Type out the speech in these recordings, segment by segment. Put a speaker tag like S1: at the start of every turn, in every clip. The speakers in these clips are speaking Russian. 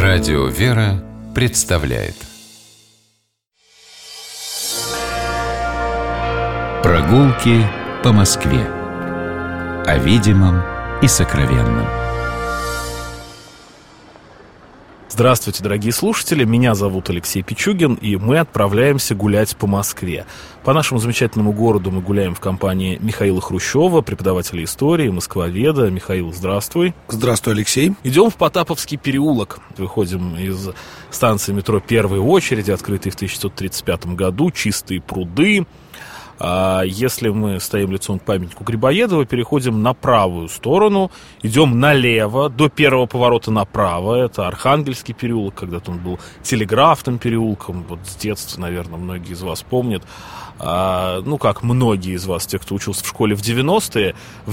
S1: Радио «Вера» представляет Прогулки по Москве. О видимом и сокровенном.
S2: Здравствуйте, дорогие слушатели, меня зовут Алексей Пичугин, и мы отправляемся гулять по Москве. По нашему замечательному городу мы гуляем в компании Михаила Хрущева, преподавателя истории, москвоведа. Михаил, здравствуй.
S3: Здравствуй, Алексей.
S2: Идем в Потаповский переулок. Выходим из станции метро «Первой очереди», открытой в 1935 году, чистые пруды. Если мы стоим лицом к памятнику Грибоедова, переходим на правую сторону, идем налево, до первого поворота направо. Это Архангельский переулок, когда-то он был телеграфным переулком. Вот с детства, наверное, многие из вас помнят. Как многие из вас, те, кто учился в школе в 90-е,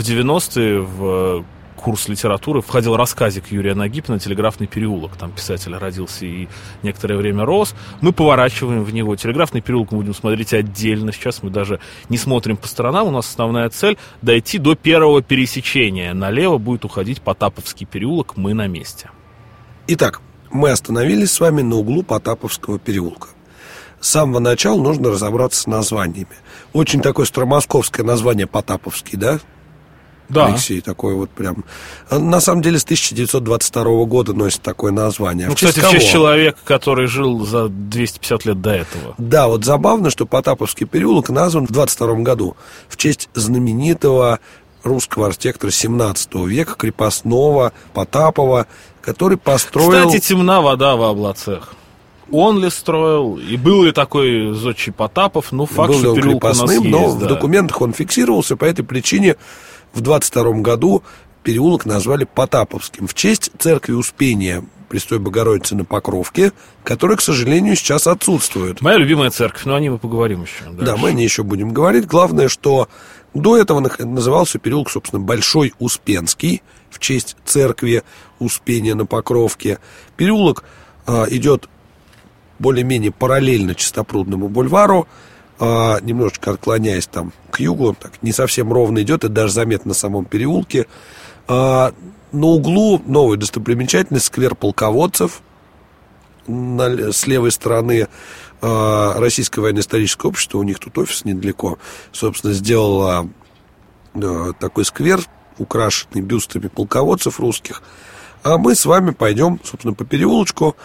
S2: в курс литературы входил рассказик Юрия Нагипина «Телеграфный переулок». Там писатель родился и некоторое время рос. Мы поворачиваем в него. Телеграфный переулок мы будем смотреть отдельно. Сейчас мы даже не смотрим по сторонам. У нас основная цель — дойти до первого пересечения. Налево будет уходить Потаповский переулок. Мы на месте.
S3: Итак, мы остановились с вами на углу Потаповского переулка. С самого начала нужно разобраться с названиями. Очень такое старомосковское название Потаповский, да?
S2: Да.
S3: Алексей, такой вот прям. На самом деле с 1922 года носит такое название.
S2: Кстати, в честь человека, который жил за 250 лет до этого.
S3: Да, вот забавно, что Потаповский переулок назван в 22 году в честь знаменитого русского архитектора 17 века, крепостного Потапова, который построил...
S2: Кстати, темна вода в облацах. Он ли строил, и был ли такой зодчий Потапов? Факт,
S3: был
S2: что переулок у нас есть,
S3: но
S2: да.
S3: В документах он фиксировался, по этой причине в 22 году переулок назвали Потаповским в честь церкви Успения Престой Богородицы на Покровке, которая, к сожалению, сейчас отсутствует.
S2: Моя любимая церковь, но о ней мы поговорим еще. Дальше.
S3: Да, мы о ней еще будем говорить. Главное, что до этого назывался переулок, собственно, Большой Успенский в честь церкви Успения на Покровке. Переулок идет более-менее параллельно Чистопрудному бульвару, немножечко отклоняясь там к югу, он так не совсем ровно идет, это даже заметно на самом переулке. На углу новая достопримечательность — сквер полководцев. С левой стороны Российское военно-историческое общество, у них тут офис недалеко, собственно, сделало такой сквер, украшенный бюстами полководцев русских. А мы с вами пойдем, собственно, по переулочку.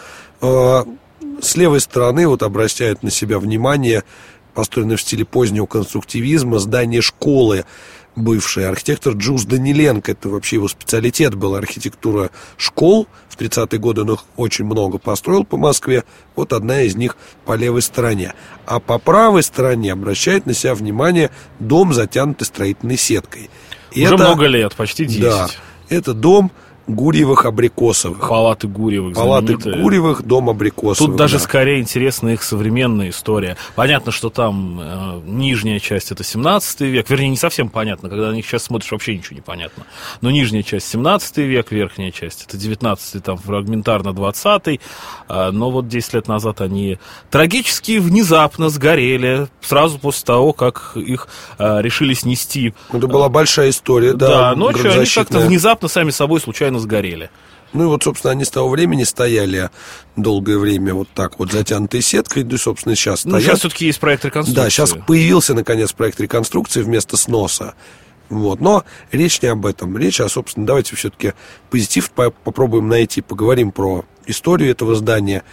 S3: С левой стороны вот обращает на себя внимание построенное в стиле позднего конструктивизма здание школы бывшей. Архитектор Джуз Даниленко, это вообще его специалитет был, архитектура школ. В 30-е годы он их очень много построил по Москве. Вот одна из них по левой стороне. А по правой стороне обращает на себя внимание дом, затянутый строительной сеткой.
S2: Уже много лет, почти 10.
S3: Да, это дом Гурьевых-Абрикосовых.
S2: Палаты Гурьевых.
S3: Палаты Гурьевых, дом Абрикосовых.
S2: Тут даже скорее интересна их современная история. Понятно, что там нижняя часть — это 17 век. Вернее, не совсем понятно. Когда на них сейчас смотришь, вообще ничего не понятно. Но нижняя часть — 17 век, верхняя часть — это 19-й, там фрагментарно 20-й. Но вот 10 лет назад они трагически внезапно сгорели, сразу после того, как их решили снести.
S3: Это была большая история, да.
S2: Да, ночью они как-то внезапно сами собой случайно сгорели.
S3: Ну и вот, собственно, они с того времени стояли долгое время вот так вот, затянутой сеткой, да и, собственно, сейчас стоят.
S2: Сейчас все-таки есть проект реконструкции.
S3: Да, сейчас появился, наконец, проект реконструкции вместо сноса. Вот. Но речь не об этом. Речь, собственно, давайте все-таки позитив попробуем найти, поговорим про историю этого здания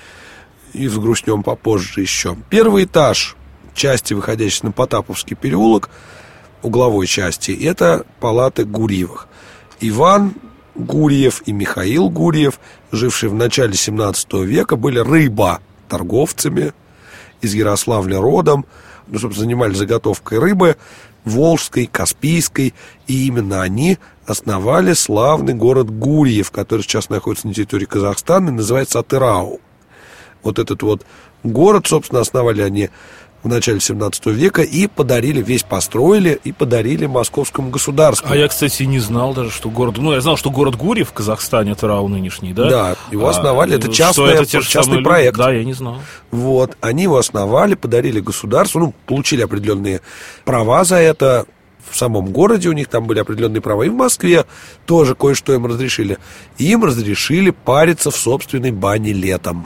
S3: и взгрустнем попозже еще. Первый этаж части, выходящей на Потаповский переулок, угловой части, это палаты Гурьевых. Иван Гурьев и Михаил Гурьев, жившие в начале 17 века, были рыботорговцами из Ярославля родом, собственно, занимались заготовкой рыбы волжской, каспийской, и именно они основали славный город Гурьев, который сейчас находится на территории Казахстана и называется Атырау. Вот этот вот город, собственно, основали они в начале 17 века и подарили, весь построили и подарили московскому государству.
S2: А я, кстати, не знал даже, что город... я знал, что город Гурьев в Казахстане, это РАО нынешний, да?
S3: Да, его основали, это частный проект.
S2: Да, я не знал.
S3: Вот, они его основали, подарили государству, получили определенные права за это. в самом городе у них там были определенные права, и в Москве тоже кое-что им разрешили. Им разрешили париться в собственной бане летом.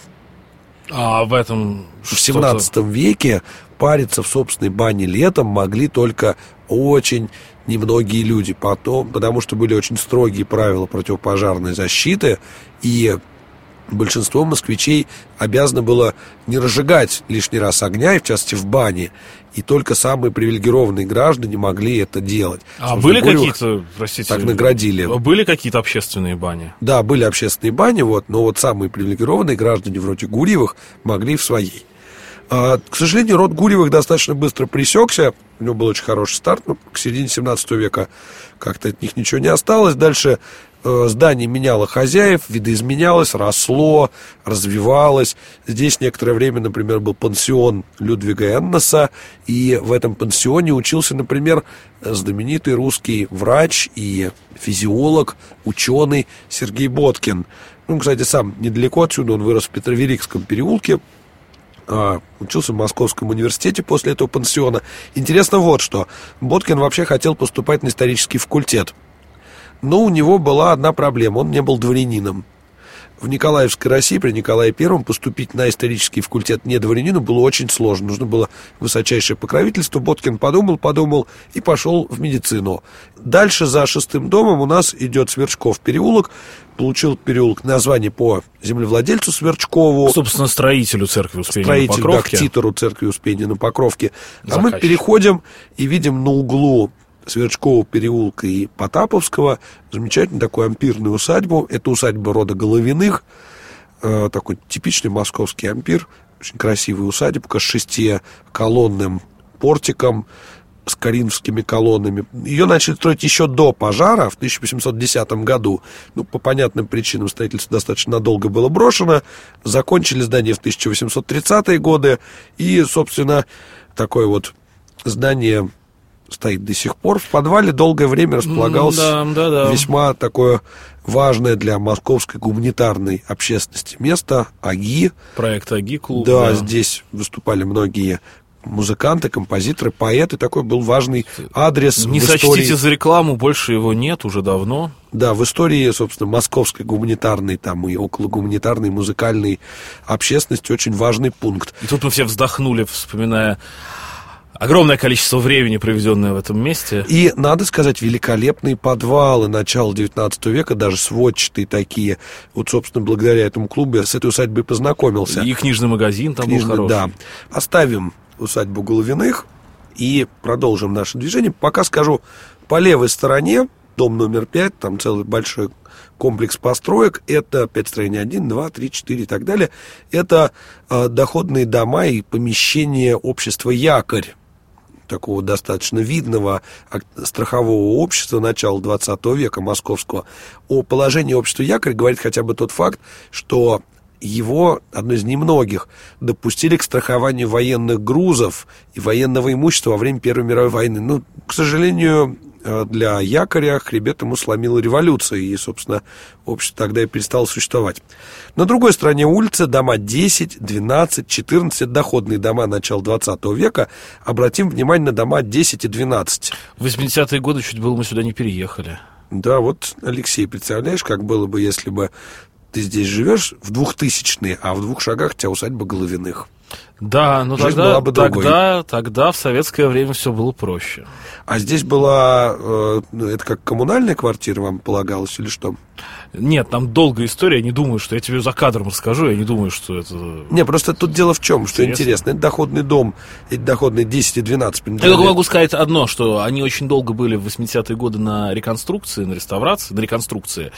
S2: А в этом...
S3: В 17 веке париться в собственной бане летом могли только очень немногие люди, потому что были очень строгие правила противопожарной защиты, и большинство москвичей обязано было не разжигать лишний раз огня, и в частности в бане, и только самые привилегированные граждане могли это делать.
S2: А были какие-то, простите,
S3: так наградили.
S2: Были какие-то общественные бани?
S3: Да, были общественные бани, но самые привилегированные граждане, вроде Гурьевых, могли в своей. К сожалению, род Гурьевых достаточно быстро пресекся. У него был очень хороший старт, но к середине 17 века как-то от них ничего не осталось. Дальше здание меняло хозяев, видоизменялось, росло, развивалось. Здесь некоторое время, например, был пансион Людвига Эннеса, и в этом пансионе учился, например, знаменитый русский врач и физиолог, ученый Сергей Боткин. Кстати, сам недалеко отсюда, он вырос в Петроверикском переулке, учился в Московском университете после этого пансиона. Интересно вот что. Боткин вообще хотел поступать на исторический факультет. Но у него была одна проблема. Он не был дворянином. В Николаевской России при Николае I поступить на исторический факультет не дворянину было очень сложно. Нужно было высочайшее покровительство. Боткин подумал и пошел в медицину. Дальше за Шестым домом у нас идет Сверчков переулок. Получил переулок название по землевладельцу Сверчкову.
S2: Собственно, строителю церкви Успения на Покровке.
S3: Да, к титору церкви Успения на Покровке. А мы переходим и видим на углу Сверчкового переулка и Потаповского замечательную такую ампирную усадьбу. Это усадьба рода Головиных. Такой типичный московский ампир. Очень красивая усадебка с 6-колонным портиком, с коринфскими колоннами. Ее начали строить еще до пожара, в 1810 году. По понятным причинам строительство достаточно надолго было брошено. Закончили здание в 1830-е годы. И, собственно, такое вот здание стоит до сих пор. В подвале долгое время располагалось весьма такое важное для московской гуманитарной общественности место АГИ.
S2: Проект АГИ-клуб.
S3: Да, здесь выступали многие музыканты, композиторы, поэты. Такой был важный адрес.
S2: Не сочтите за рекламу, больше его нет уже давно.
S3: Да, в истории, собственно, московской гуманитарной там и окологуманитарной музыкальной общественности очень важный пункт.
S2: И тут мы все вздохнули, вспоминая огромное количество времени, проведенное в этом месте.
S3: И, надо сказать, великолепные подвалы начала 19 века, даже сводчатые такие. Вот, собственно, благодаря этому клубу я с этой усадьбой познакомился.
S2: И книжный магазин там был хороший.
S3: Да. Оставим усадьбу Головиных и продолжим наше движение. Пока скажу, по левой стороне, дом номер 5, там целый большой комплекс построек. Это 5 строений, 1, 2, 3, 4 и так далее. Это доходные дома и помещения общества «Якорь», такого достаточно видного страхового общества начала 20 века московского. О положении общества «Якорь» говорит хотя бы тот факт, что его, одно из немногих, допустили к страхованию военных грузов и военного имущества во время Первой мировой войны. К сожалению, для Якоря хребет ему сломила революция, и, собственно, общество тогда и перестало существовать. На другой стороне улицы дома 10, 12, 14, доходные дома начала 20 века. Обратим внимание на дома 10 и 12.
S2: В 80-е годы чуть было мы сюда не переехали.
S3: Да, вот, Алексей, представляешь, как было бы, если бы ты здесь живешь в 2000-е, а в 2 шагах у тебя усадьба Головиных.
S2: Да, но тогда в советское время все было проще.
S3: А здесь была, это как коммунальная квартира вам полагалась или что?
S2: Нет, там долгая история, я не думаю, что я тебе за кадром расскажу, я не думаю, что это...
S3: Не, просто тут дело в чем, что интересно, это доходный дом, эти доходные 10 и 12.
S2: Я только могу сказать одно, что они очень долго были в 80-е годы на реконструкции, на реставрации, на реконструкции,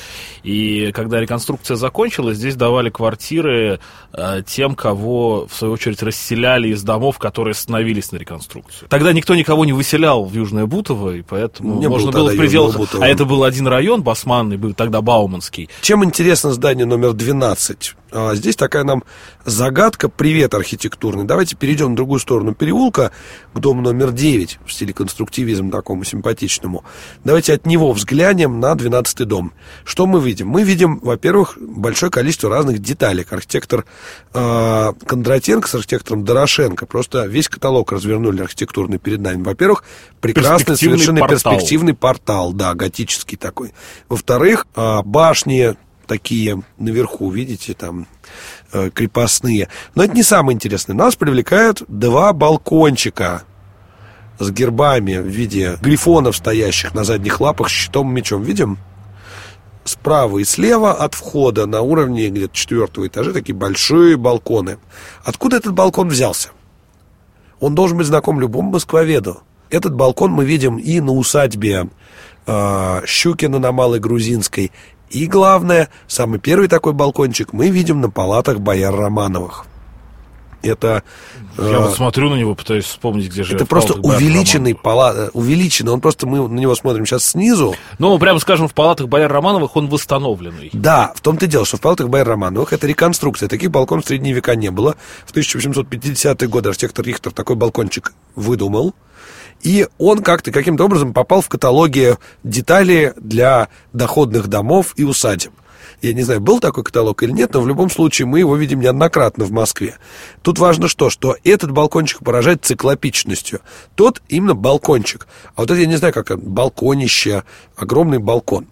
S2: и когда реконструкция закончилась, здесь давали квартиры тем, кого, в свою очередь, расселяли из домов, которые остановились на реконструкцию. Тогда никто никого не выселял в Южное Бутово, и поэтому
S3: не
S2: можно было в пределах... А это был один район, Басманный, был тогда Бауманский.
S3: Чем интересно здание номер 12? здесь такая нам загадка, привет архитектурный. Давайте перейдем на другую сторону переулка, к дому номер 9, в стиле конструктивизм такому симпатичному. Давайте от него взглянем на 12-й дом. Что мы видим? Мы видим, во-первых, большое количество разных деталей. Архитектор Кондратенко с архитектором Дорошенко просто весь каталог развернули архитектурный перед нами. Во-первых, прекрасный, совершенно перспективный портал, да, готический такой. Во-вторых, башни такие наверху, видите, там крепостные. Но это не самое интересное. Нас привлекают два балкончика с гербами в виде грифонов, стоящих на задних лапах с щитом и мечом. Видим? Справа и слева от входа на уровне где-то 4-го этажа такие большие балконы. Откуда этот балкон взялся? Он должен быть знаком любому москвоведу. Этот балкон мы видим и на усадьбе Щукина на Малой Грузинской. И главное, самый первый такой балкончик мы видим на палатах бояр Романовых. Это...
S2: Я вот смотрю на него, пытаюсь вспомнить, где же...
S3: Это просто увеличенный, он просто, мы на него смотрим сейчас снизу.
S2: Ну, прямо скажем, в палатах бояр Романовых он восстановленный.
S3: Да, в том-то и дело, что в палатах бояр Романовых это реконструкция. Таких балконов в средние века не было. В 1850-е годы архитектор Рихтер такой балкончик выдумал. И он каким-то образом попал в каталоге деталей для доходных домов и усадеб. Я не знаю, был такой каталог или нет, но в любом случае мы его видим неоднократно в Москве. Тут важно что этот балкончик поражает циклопичностью. Тот именно балкончик. А вот это, я не знаю, как балконище, огромный балкон.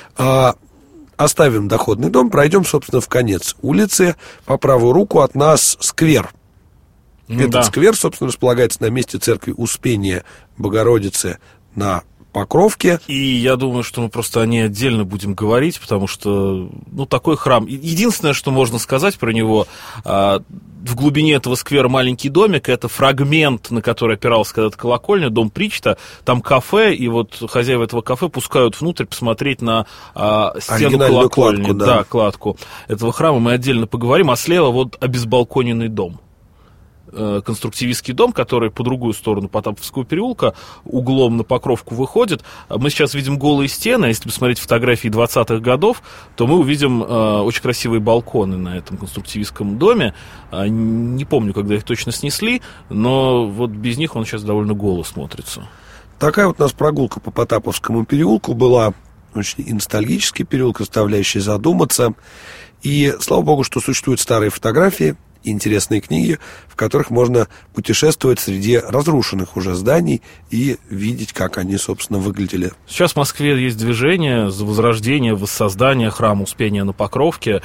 S3: Оставим доходный дом, пройдем, собственно, в конец улицы. По правую руку от нас сквер. Этот сквер, собственно, располагается на месте церкви Успения Богородицы на Покровке.
S2: И я думаю, что мы просто о ней отдельно будем говорить, потому что, такой храм. Единственное, что можно сказать про него, в глубине этого сквера маленький домик, это фрагмент, на который опирался когда-то колокольня, дом Причта, там кафе, и вот хозяева этого кафе пускают внутрь посмотреть на стену колокольни,
S3: кладку, да.
S2: Кладку этого храма, мы отдельно поговорим, а слева вот обезбалконенный дом. Конструктивистский дом, который по другую сторону Потаповского переулка углом на Покровку выходит. Мы сейчас видим голые стены. Если посмотреть фотографии 20-х годов, то мы увидим очень красивые балконы на этом конструктивистском доме. Не помню, когда их точно снесли, но вот без них он сейчас довольно голо смотрится.
S3: Такая вот у нас прогулка по Потаповскому переулку была. Очень ностальгический переулок, заставляющий задуматься. И слава богу, что существуют старые фотографии, интересные книги, в которых можно путешествовать среди разрушенных уже зданий и видеть, как они, собственно, выглядели.
S2: Сейчас в Москве есть движение за возрождение, воссоздание храма Успения на Покровке.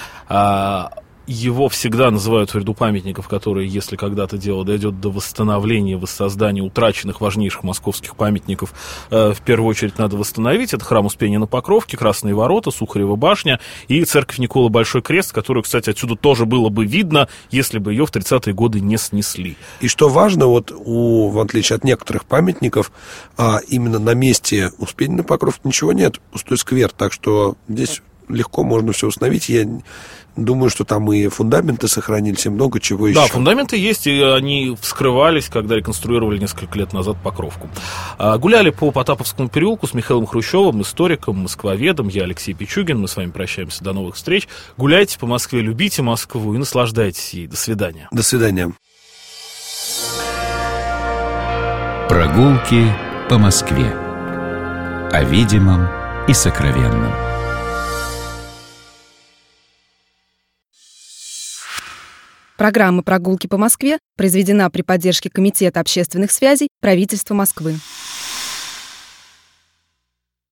S2: Его всегда называют в ряду памятников, которые, если когда-то дело дойдет до восстановления, воссоздания утраченных важнейших московских памятников, в первую очередь надо восстановить. Это храм Успения на Покровке, Красные ворота, Сухарева башня и церковь Никола Большой Крест, которую, кстати, отсюда тоже было бы видно, если бы ее в 30-е годы не снесли.
S3: И что важно, в отличие от некоторых памятников, именно на месте Успения на Покровке ничего нет, пустой сквер, так что здесь легко можно все установить. Я думаю, что там и фундаменты сохранились, и много чего еще.
S2: Да, фундаменты есть, и они вскрывались, когда реконструировали несколько лет назад Покровку. Гуляли по Потаповскому переулку с Михаилом Хрущевым, историком, москвоведом. Я Алексей Пичугин. Мы с вами прощаемся. До новых встреч. Гуляйте по Москве, любите Москву и наслаждайтесь ей. До свидания.
S3: До свидания.
S1: Прогулки по Москве. О видимом и сокровенном.
S4: Программа «Прогулки по Москве» произведена при поддержке Комитета общественных связей правительства Москвы.